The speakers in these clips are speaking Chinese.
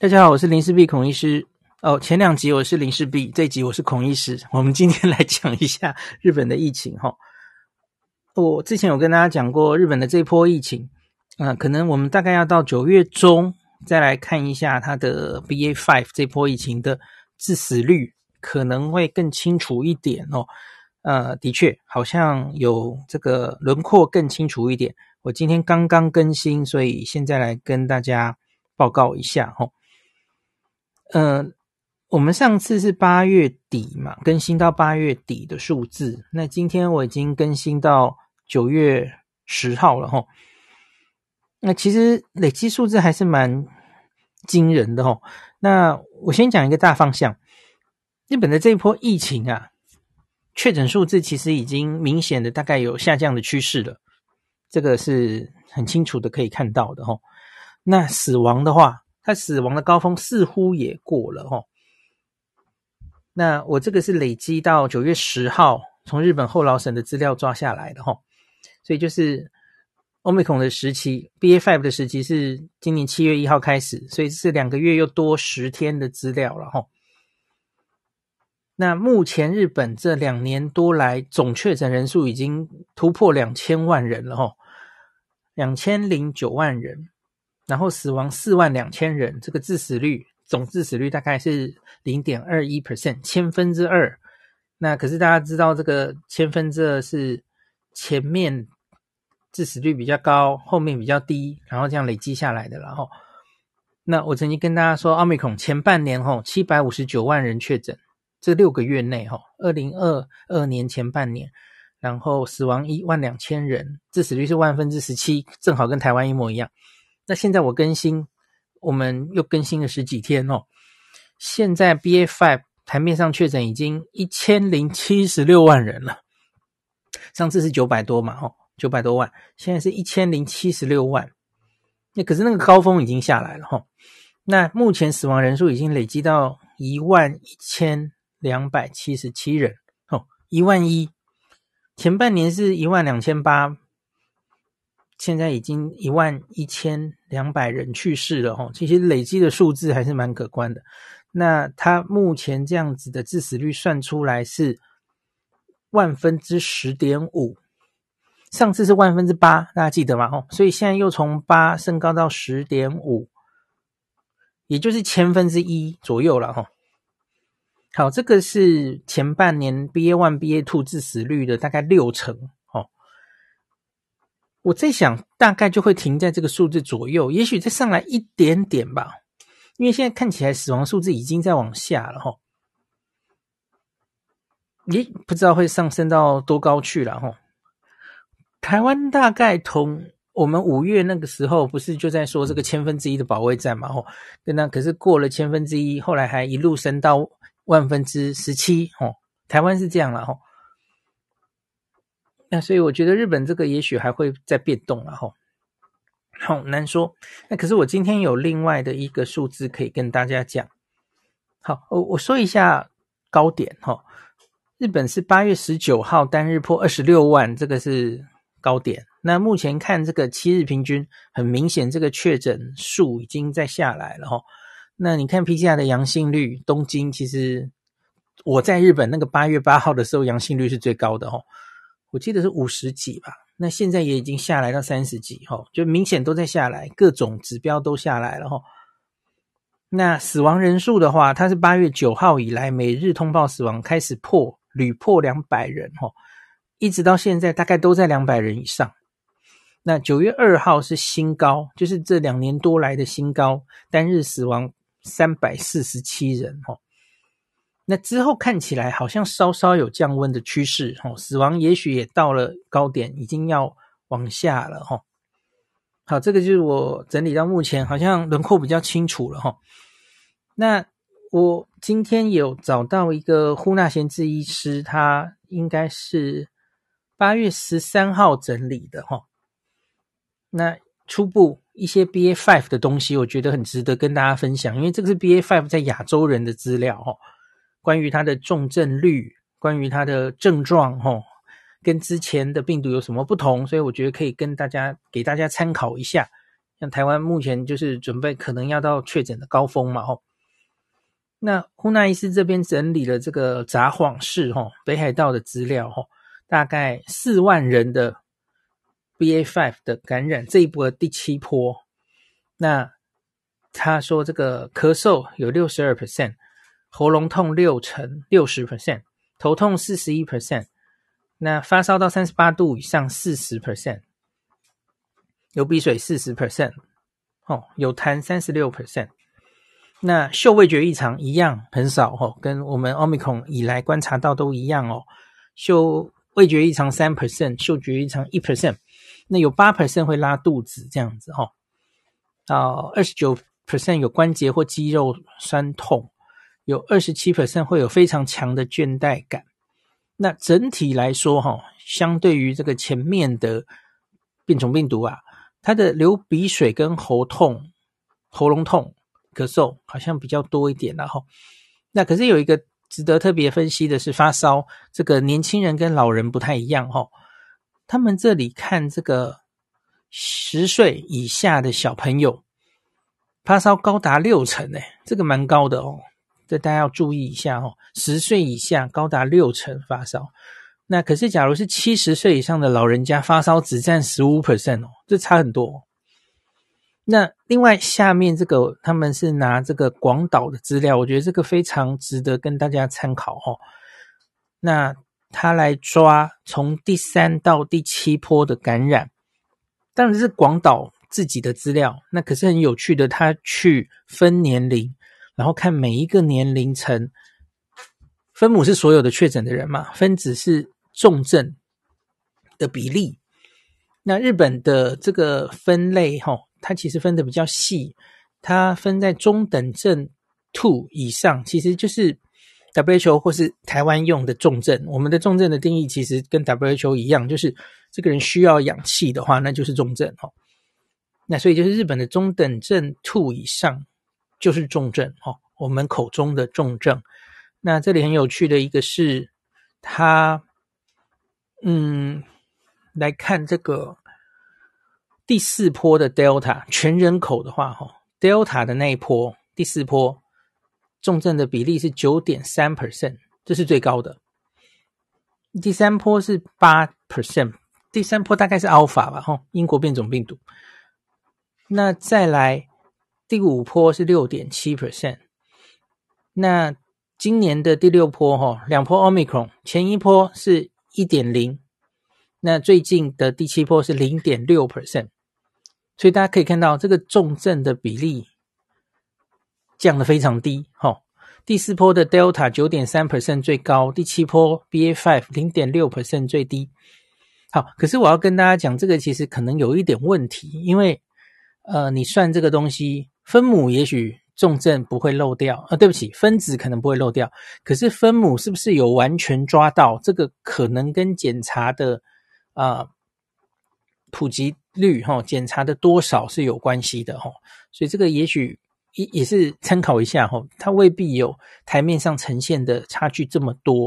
大家好，我是林氏璧孔医师。前2集我是林氏璧，这一集我是孔医师。我们今天来讲一下日本的疫情齁。我之前有跟大家讲过日本的这一波疫情，可能我们大概要到9月中再来看一下它的 BA.5 这波疫情的致死率，可能会更清楚一点哦。的确好像有这个轮廓更清楚一点。我今天刚刚更新，所以现在来跟大家报告一下齁。我们上次是8月底嘛，更新到8月底的数字。那今天我已经更新到9月10号了齁。那其实累积数字还是蛮惊人的齁。那我先讲一个大方向，日本的这一波疫情啊，确诊数字其实已经明显的大概有下降的趋势了，这个是很清楚的可以看到的齁。那死亡的话，它死亡的高峰似乎也过了齁。那我这个是累积到9月10号从日本厚劳省的资料抓下来的齁。所以就是 Omicron 的时期 BA.5 的时期是今年7月1号开始，所以是2个月又多10天的资料了齁。那目前日本这2年多来总确诊人数已经突破2000万人了齁。2009万人，然后死亡42000人，这个致死率总致死率大概是 0.21%， 千分之二。那可是大家知道这个千分之二是前面致死率比较高，后面比较低，然后这样累积下来的啦齁。那我曾经跟大家说 Omicron 前半年齁759万人确诊，这6个月内齁2022年前半年，然后死亡12000人，致死率是17%，正好跟台湾一模一样。那现在我们又更新了10几天哦。现在 BA.5 台面上确诊已经1076万人了，上次是900多嘛900多万，现在是1076万。可是那个高峰已经下来了齁。那目前死亡人数已经累积到11277人11000，前半年是12800，现在已经11200人去世了齁。其实累积的数字还是蛮可观的。那它目前这样子的致死率算出来是10%，上次是8%，大家记得吗齁？所以现在又从8升高到10.5%，也就是1/1000左右了齁。好，这个是前半年 BA.1 BA.2 致死率的大概60%齁。我在想大概就会停在这个数字左右，也许再上来一点点吧，因为现在看起来死亡数字已经在往下了齁。也不知道会上升到多高去了齁。台湾大概同我们5月那个时候不是就在说这个1/1000的保卫战嘛齁。那可是过了1/1000，后来还一路升到17%齁。台湾是这样啦齁。那所以我觉得日本这个也许还会再变动啦齁。好难说。那可是我今天有另外的一个数字可以跟大家讲。好，我说一下高点齁。日本是8月19号单日破26万，这个是高点。那目前看这个7日平均，很明显这个确诊数已经在下来了齁。那你看 PCR 的阳性率，东京其实我在日本那个8月8号的时候阳性率是最高的齁。我记得是50几吧，那现在也已经下来到30几齁，就明显都在下来，各种指标都下来了齁。那死亡人数的话，它是8月9号以来每日通报死亡开始屡破200人齁，一直到现在大概都在200人以上。那9月2号是新高，就是这2年多来的新高，单日死亡347人齁。那之后看起来好像稍稍有降温的趋势齁，死亡也许也到了高点，已经要往下了齁。好，这个就是我整理到目前好像轮廓比较清楚了齁。那我今天有找到一个呼纳贤治医师，他应该是8月13号整理的齁。那初步一些 BA.5 的东西我觉得很值得跟大家分享，因为这个是 BA.5 在亚洲人的资料齁。关于它的重症率，关于它的症状跟之前的病毒有什么不同，所以我觉得可以给大家参考一下， 像台湾目前就是准备可能要到确诊的高峰嘛那呼纳医师这边整理了这个札幌市北海道的资料大概4万人的 BA.5 的感染，这一波的第7波。那他说这个咳嗽有 62%， 喉咙痛60%， 头痛 41%， 那发烧到38度以上 40%， 流鼻水 40%， 有痰 36%。那嗅味觉异常一样很少跟我们 Omicron 以来观察到都一样嗅味觉异常 3%， 嗅觉异常 1%， 那有 8% 会拉肚子这样子到 29% 有关节或肌肉酸痛，有 27% 会有非常强的倦怠感。那整体来说相对于这个前面的变种病毒啊，它的流鼻水跟喉咙痛咳嗽好像比较多一点那可是有一个值得特别分析的是发烧，这个年轻人跟老人不太一样他们这里看这个10岁以下的小朋友发烧高达60%这个蛮高的这大家要注意一下10岁以下高达60%发烧。那可是假如是70岁以上的老人家发烧只占 15% 这差很多那另外下面这个他们是拿这个广岛的资料，我觉得这个非常值得跟大家参考那他来抓从第3到第7波的感染，当然是广岛自己的资料，那可是很有趣的，他去分年龄，然后看每一个年龄层，分母是所有的确诊的人嘛，分子是重症的比例。那日本的这个分类它其实分的比较细，它分在中等症 2 以上，其实就是 WHO 或是台湾用的重症。我们的重症的定义其实跟 WHO 一样，就是这个人需要氧气的话那就是重症那所以就是日本的中等症 2 以上就是重症我们口中的重症。那这里很有趣的一个是它来看这个第4波的 Delta 全人口的话Delta 的那一波第4波重症的比例是 9.3%， 这是最高的。第3波是 8%， 第3波大概是 Alpha 吧英国变种病毒。那再来第5波是 6.7%， 那今年的第6波2波 Omicron， 前一波是 1.0， 那最近的第7波是 0.6%， 所以大家可以看到这个重症的比例降得非常低第4波的 Delta 9.3% 最高，第7波 BA.5 0.6% 最低。好，可是我要跟大家讲，这个其实可能有一点问题，因为你算这个东西分母也许重症不会漏掉对不起，分子可能不会漏掉，可是分母是不是有完全抓到，这个可能跟检查的普及率检查的多少是有关系的所以这个也许也是参考一下它未必有台面上呈现的差距这么多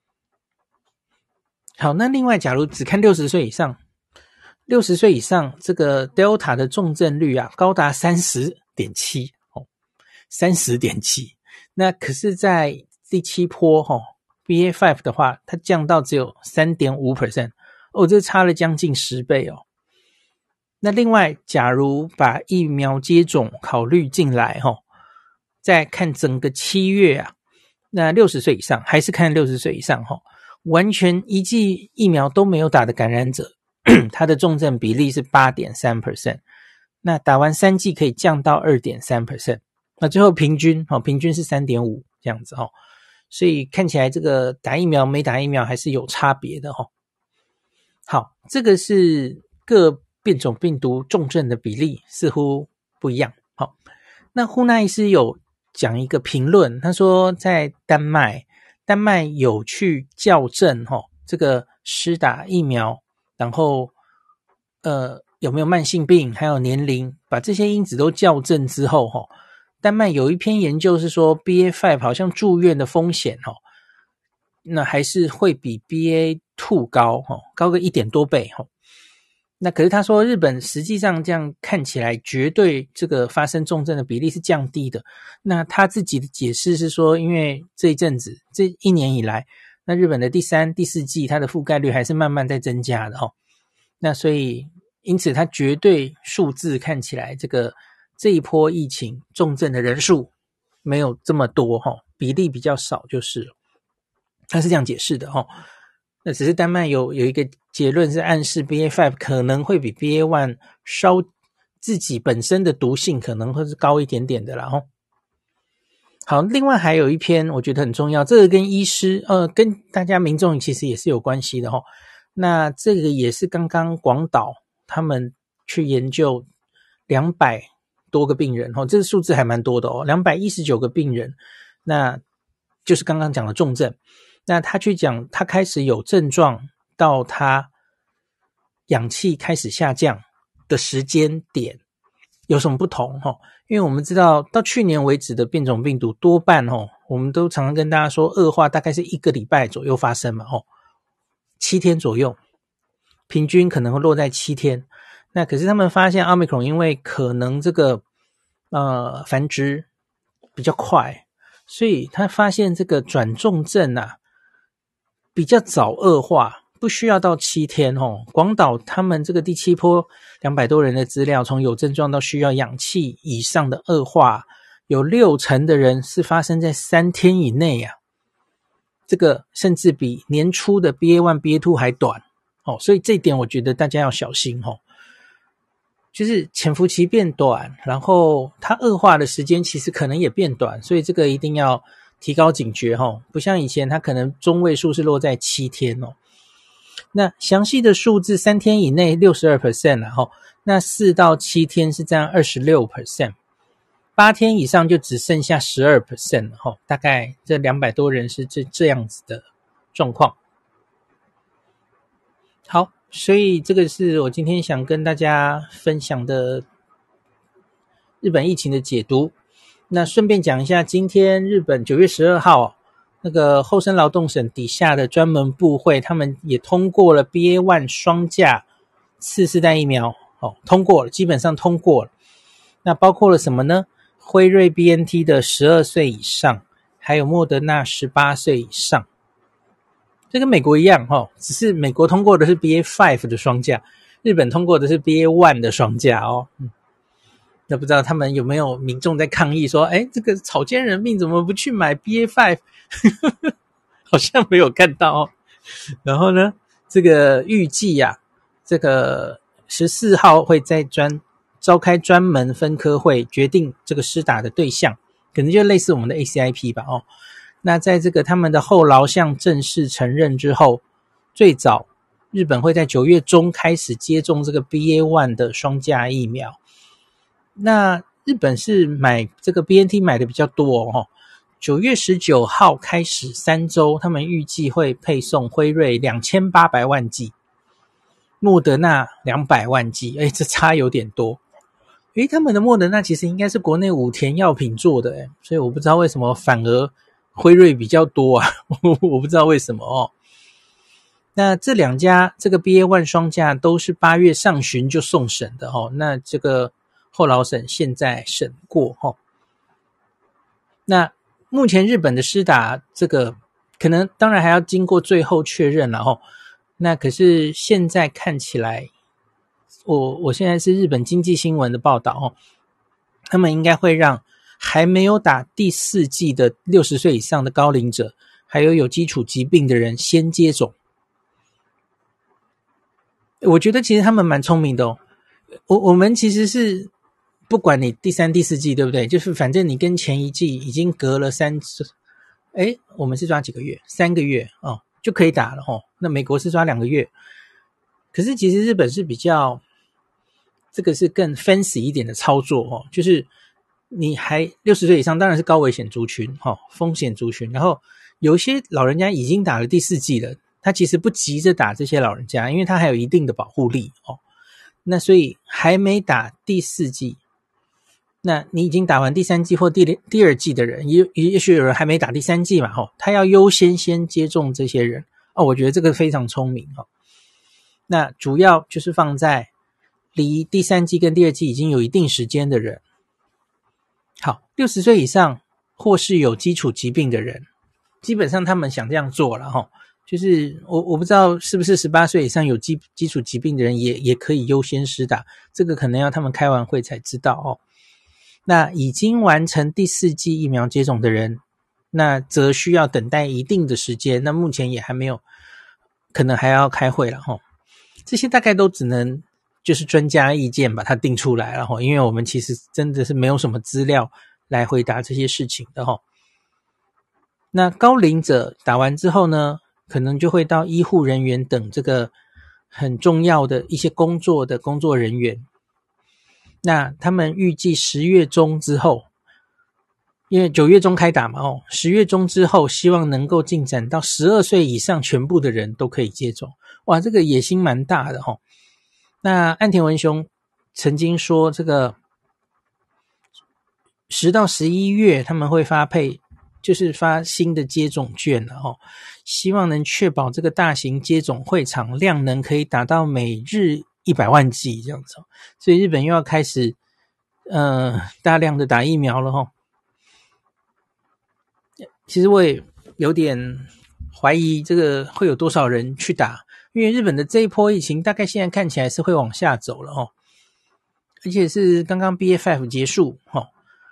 好，那另外假如只看60岁以上，60岁以上这个 Delta 的重症率高达 30.7 30.7， 那可是在第7波BA.5 的话它降到只有 3.5% 这差了将近10倍那另外假如把疫苗接种考虑进来再看整个7月那60岁以上还是看60岁以上完全一剂疫苗都没有打的感染者它的重症比例是 8.3%， 那打完3剂可以降到 2.3%， 那最后平均是 3.5 这样子所以看起来这个打疫苗没打疫苗还是有差别的好，这个是各变种病毒重症的比例似乎不一样那呼纳医师有讲一个评论，他说在丹麦有去校正这个施打疫苗然后有没有慢性病还有年龄，把这些因子都校正之后丹麦有一篇研究是说 BA.5 好像住院的风险那还是会比 BA.2 高个1点多倍那可是他说日本实际上这样看起来绝对这个发生重症的比例是降低的。那他自己的解释是说，因为这一阵子这1年以来，那日本的第3、第4季它的覆盖率还是慢慢在增加的那所以因此它绝对数字看起来这一波疫情重症的人数没有这么多比例比较少就是了。他是这样解释的那只是丹麦有一个结论是暗示 BA.5 可能会比 BA.1 稍自己本身的毒性可能会是高一点点的啦好，另外还有一篇我觉得很重要，这个跟医师跟大家民众其实也是有关系的那这个也是刚刚广岛他们去研究200多个病人这个数字还蛮多的219个病人，那就是刚刚讲的重症。那他去讲他开始有症状到他氧气开始下降的时间点有什么不同因为我们知道到去年为止的变种病毒多半我们都常常跟大家说恶化大概是1个礼拜左右发生嘛7天左右，平均可能会落在7天。那可是他们发现 Omicron 因为可能这个繁殖比较快，所以他发现这个转重症比较早恶化，不需要到7天广岛他们这个第7波200多人的资料，从有症状到需要氧气以上的恶化，有60%的人是发生在3天以内这个甚至比年初的 BA.1、BA.2 还短所以这一点我觉得大家要小心就是潜伏期变短，然后它恶化的时间其实可能也变短，所以这个一定要提高警觉不像以前它可能中位数是落在7天那详细的数字3天以内 62% 那4到7天是占 26%， 8天以上就只剩下 12% 大概这200多人是这样子的状况。好，所以这个是我今天想跟大家分享的日本疫情的解读。那顺便讲一下，今天日本9月12号那个厚生劳动省底下的专门部会，他们也通过了 BA.1 双价次世代疫苗通过了，基本上通过了。那包括了什么呢？辉瑞 BNT 的12岁以上，还有莫德纳18岁以上。这跟美国一样只是美国通过的是 BA.5 的双价，日本通过的是 BA.1 的双价那不知道他们有没有民众在抗议说这个草菅人命怎么不去买 BA.5 好像没有看到然后呢这个预计这个14号会在召开专门分科会决定这个施打的对象，可能就类似我们的 ACIP 吧那在这个他们的后劳项正式承认之后，最早日本会在9月中开始接种这个 BA.1 的双价疫苗。那日本是买这个 BNT 买的比较多9月19号开始3周，他们预计会配送辉瑞2800万剂，莫德纳200万剂，这差有点多。他们的莫德纳其实应该是国内武田药品做的所以我不知道为什么反而辉瑞比较多我不知道为什么那这两家这个 BA.1 双价都是8月上旬就送审的那这个后劳审现在审过那目前日本的施打这个可能当然还要经过最后确认了那可是现在看起来我现在是日本经济新闻的报道他们应该会让还没有打第4剂的60岁以上的高龄者，还有基础疾病的人先接种。我觉得其实他们蛮聪明的我们其实是不管你第3、第4剂对不对，就是反正你跟前一剂已经隔了我们是抓几个月？3个月就可以打了那美国是抓2个月。可是其实日本是比较这个是更 fancy 一点的操作就是你还60岁以上当然是高危险族群风险族群，然后有一些老人家已经打了第4剂了，他其实不急着打这些老人家，因为他还有一定的保护力那所以还没打第4剂，那你已经打完第3剂或第2剂的人，也许有人还没打第3剂嘛他要优先先接种这些人我觉得这个非常聪明那主要就是放在离第3剂跟第2剂已经有一定时间的人。好，60岁以上或是有基础疾病的人，基本上他们想这样做了齁，就是我不知道是不是18岁以上有基础疾病的人也可以优先施打，这个可能要他们开完会才知道哦。那已经完成第4剂疫苗接种的人，那则需要等待一定的时间，那目前也还没有，可能还要开会了齁。这些大概都只能就是专家意见把它定出来了齁，因为我们其实真的是没有什么资料来回答这些事情的齁。那高龄者打完之后呢，可能就会到医护人员等这个很重要的一些工作的工作人员。那他们预计10月中之后，因为9月中开打嘛10月中之后希望能够进展到12岁以上全部的人都可以接种。哇，这个野心蛮大的齁。那岸田文雄曾经说这个10到11月他们会就是发新的接种券了齁，希望能确保这个大型接种会场量能可以达到每日100万剂这样子，所以日本又要开始大量的打疫苗了齁。其实我也有点怀疑这个会有多少人去打，因为日本的这一波疫情大概现在看起来是会往下走了齁，而且是刚刚 BA.5 结束齁。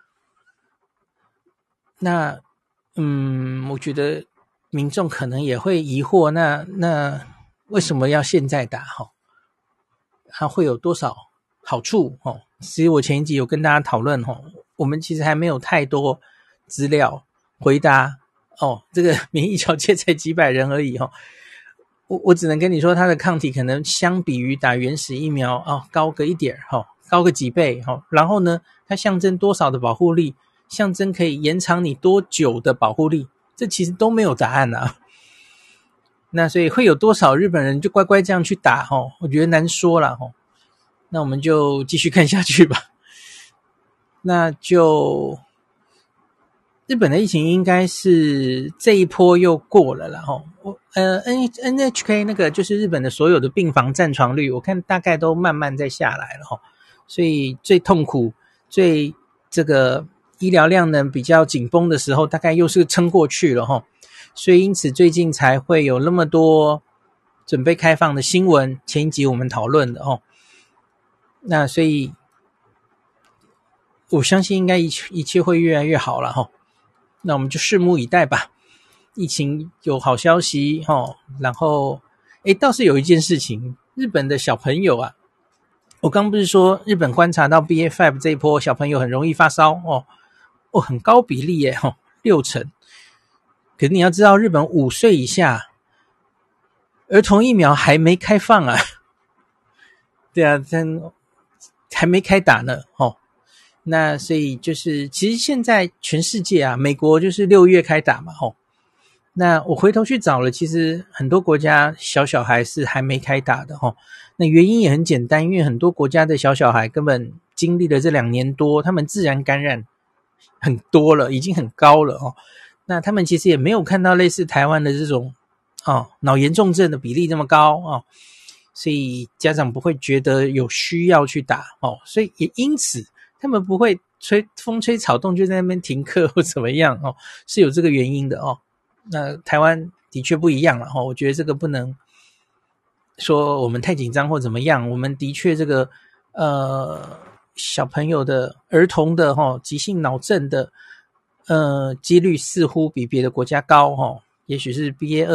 那我觉得民众可能也会疑惑，那为什么要现在打齁？它会有多少好处齁？其实我前一集有跟大家讨论齁，我们其实还没有太多资料回答这个免疫桥接才几百人而已齁。我只能跟你说，它的抗体可能相比于打原始疫苗高个一点齁，高个几倍齁。然后呢，它象征多少的保护力，象征可以延长你多久的保护力，这其实都没有答案啊。那所以会有多少日本人就乖乖这样去打齁？我觉得难说啦齁。那我们就继续看下去吧。那就日本的疫情应该是这一波又过了啦齁。NHK 那个就是日本的所有的病房占床率，我看大概都慢慢在下来了齁。所以最痛苦、最这个医疗量能比较紧绷的时候，大概又是撑过去了齁。所以因此最近才会有那么多准备开放的新闻，前一集我们讨论的齁。那所以我相信应该一切会越来越好了齁。那我们就拭目以待吧。疫情有好消息齁，然后倒是有一件事情，日本的小朋友啊，我刚不是说日本观察到 BA.5 这一波小朋友很容易发烧很高比例耶60%。可是你要知道，日本5岁以下儿童疫苗还没开放啊。对啊，还没开打呢那所以就是其实现在全世界啊，美国就是6月开打嘛那我回头去找了，其实很多国家小孩是还没开打的那原因也很简单，因为很多国家的小孩根本经历了这2年多，他们自然感染很多了，已经很高了那他们其实也没有看到类似台湾的这种脑炎重症的比例这么高所以家长不会觉得有需要去打所以也因此他们不会风吹草动就在那边停课或怎么样是有这个原因的那台湾的确不一样了我觉得这个不能说我们太紧张或怎么样，我们的确这个小朋友的儿童的急性脑症的几率似乎比别的国家高也许是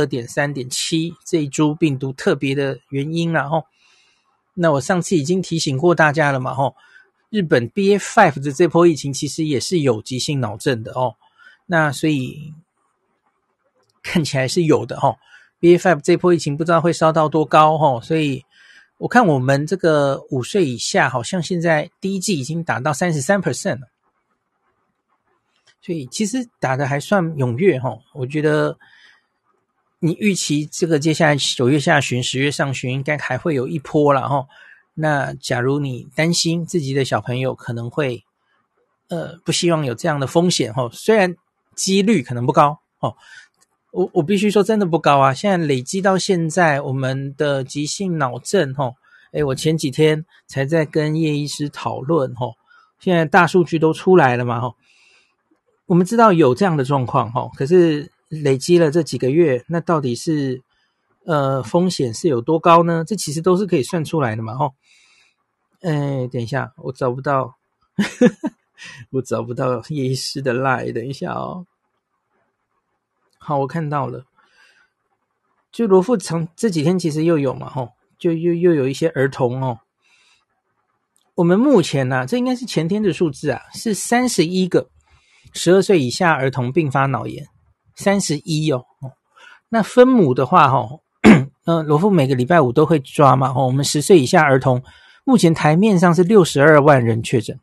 BA.2.3.7 这一株病毒特别的原因啦那我上次已经提醒过大家了嘛日本 BA.5 的这波疫情其实也是有急性脑症的那所以看起来是有的BA.5 这波疫情不知道会烧到多高所以我看我们这个5岁以下好像现在第一剂已经打到 33% 了，所以其实打的还算踊跃我觉得你预期这个接下来9月下旬10月上旬应该还会有一波啦那假如你担心自己的小朋友可能会不希望有这样的风险虽然几率可能不高我必须说真的不高啊，现在累积到现在我们的急性脑症我前几天才在跟叶医师讨论现在大数据都出来了嘛我们知道有这样的状况可是累积了这几个月，那到底是风险是有多高呢？这其实都是可以算出来的嘛等一下，我找不到我找不到叶医师的 line， 等一下好，我看到了，就罗富这几天其实又有嘛就又有一些儿童我们目前这应该是前天的数字是31个12岁以下儿童并发脑炎，31那分母的话罗富每个礼拜五都会抓嘛我们10岁以下儿童目前台面上是62万人确诊。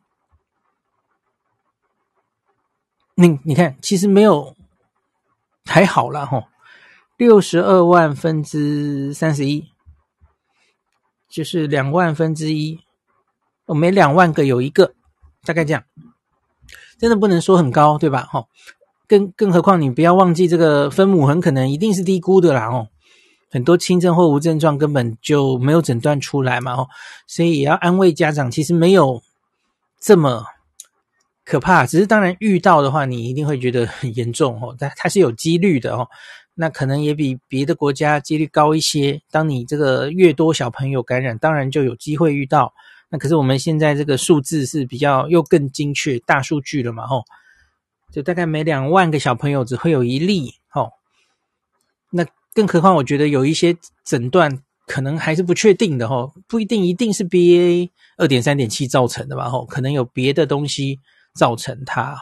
你看其实没有还好啦62万分之31就是2万分之一，每2万个有一个，大概这样，真的不能说很高对吧更何况你不要忘记这个分母很可能一定是低估的啦很多轻症或无症状根本就没有诊断出来嘛所以也要安慰家长，其实没有这么可怕，只是当然遇到的话你一定会觉得很严重但它是有几率的那可能也比别的国家几率高一些，当你这个越多小朋友感染，当然就有机会遇到，那可是我们现在这个数字是比较又更精确大数据了嘛就大概每2万个小朋友只会有一例那更何况我觉得有一些诊断可能还是不确定的不一定是 BA 2.3.7 造成的吧可能有别的东西造成它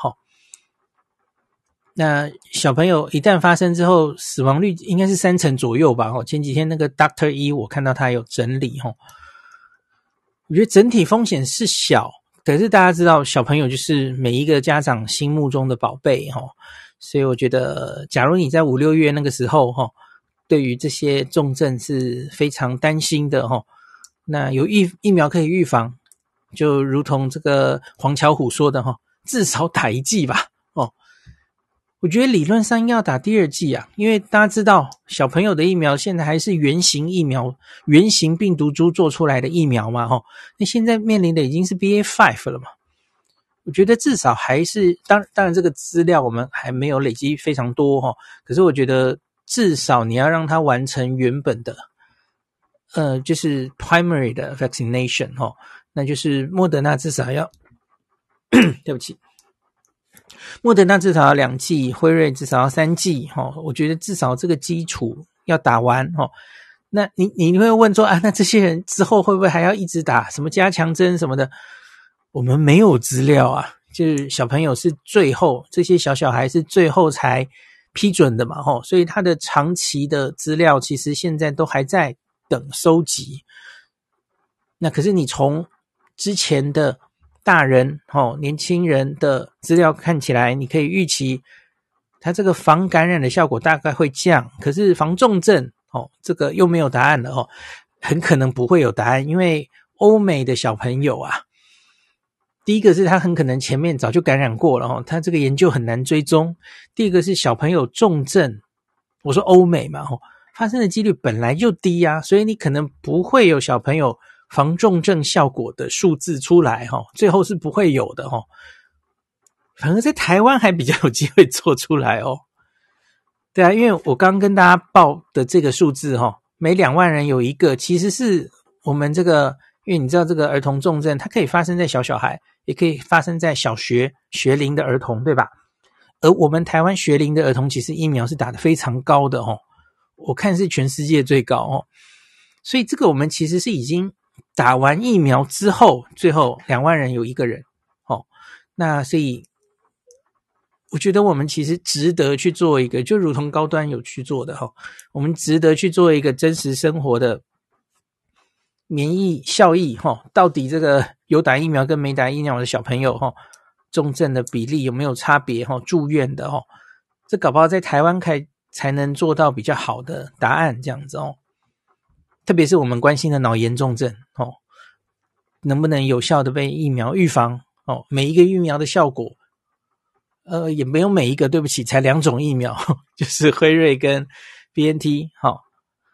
那小朋友一旦发生之后死亡率应该是30%左右吧前几天那个 Dr. E 我看到他有整理我觉得整体风险是小，可是大家知道小朋友就是每一个家长心目中的宝贝所以我觉得假如你在5、6月那个时候对于这些重症是非常担心的那有疫苗可以预防，就如同这个黄巧虎说的至少打1剂吧我觉得理论上应该要打第2剂因为大家知道小朋友的疫苗现在还是原型疫苗，原型病毒株做出来的疫苗嘛那现在面临的已经是 BA.5 了嘛，我觉得至少还是当然这个资料我们还没有累积非常多可是我觉得至少你要让它完成原本的就是 primary 的 vaccination 那就是莫德纳至少要对不起，莫德纳至少要2剂，辉瑞至少要3剂我觉得至少这个基础要打完那你会问说那这些人之后会不会还要一直打什么加强针什么的？我们没有资料就是小朋友是最后，这些小孩是最后才批准的嘛所以他的长期的资料其实现在都还在等收集。那可是你从之前的大人年轻人的资料看起来，你可以预期它这个防感染的效果大概会降，可是防重症这个又没有答案了很可能不会有答案，因为欧美的小朋友第一个是他很可能前面早就感染过了他这个研究很难追踪。第二个是小朋友重症，我说欧美嘛发生的几率本来就低所以你可能不会有小朋友防重症效果的数字出来最后是不会有的反而在台湾还比较有机会做出来对因为我刚跟大家报的这个数字每2万人有一个，其实是我们这个，因为你知道这个儿童重症它可以发生在小孩，也可以发生在小学学龄的儿童对吧？而我们台湾学龄的儿童其实疫苗是打得非常高的我看是全世界最高所以这个我们其实是已经打完疫苗之后，最后2万人有一个人那所以我觉得我们其实值得去做一个，就如同高端有去做的我们值得去做一个真实生活的免疫效益到底这个有打疫苗跟没打疫苗的小朋友重症的比例有没有差别住院的这搞不好在台湾才能做到比较好的答案这样子特别是我们关心的脑炎重症能不能有效的被疫苗预防每一个疫苗的效果也没有每一个，对不起，才2种疫苗就是辉瑞跟 BNT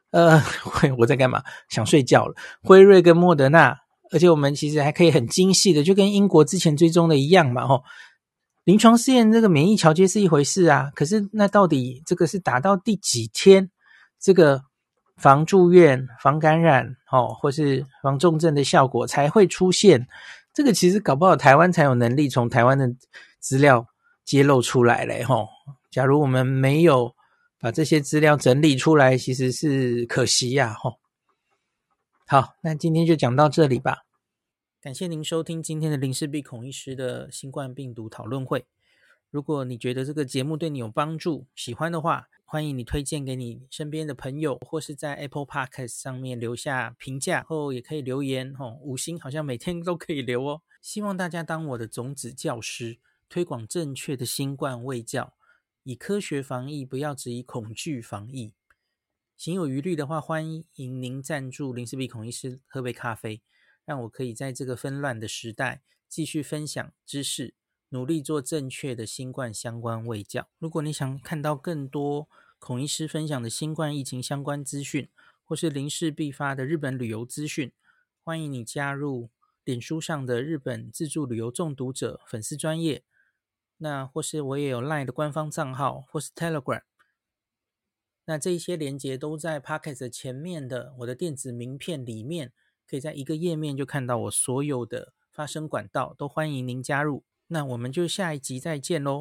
我在干嘛？想睡觉了。辉瑞跟莫德纳，而且我们其实还可以很精细的，就跟英国之前追踪的一样嘛，临床试验这个免疫桥接是一回事啊，可是那到底这个是打到第几天，这个防住院、防感染或是防重症的效果才会出现？这个其实搞不好台湾才有能力从台湾的资料揭露出来嘞假如我们没有把这些资料整理出来，其实是可惜呀好，那今天就讲到这里吧。感谢您收听今天的林氏璧孔医师的新冠病毒讨论会。如果你觉得这个节目对你有帮助，喜欢的话，欢迎你推荐给你身边的朋友，或是在 Apple Podcast 上面留下评价，后也可以留言5星好像每天都可以留哦。希望大家当我的种子教师，推广正确的新冠卫教，以科学防疫，不要只以恐惧防疫。行有余力的话，欢迎您赞助林氏璧孔医师喝杯咖啡，让我可以在这个纷乱的时代继续分享知识，努力做正确的新冠相关卫教。如果你想看到更多孔医师分享的新冠疫情相关资讯，或是林氏璧发的日本旅游资讯，欢迎你加入脸书上的日本自助旅游中毒者粉丝专页，那或是我也有 LINE 的官方账号，或是 Telegram。那这一些连结都在 Podcast 前面的我的电子名片里面，可以在一个页面就看到我所有的发声管道，都欢迎您加入。那我们就下一集再见咯。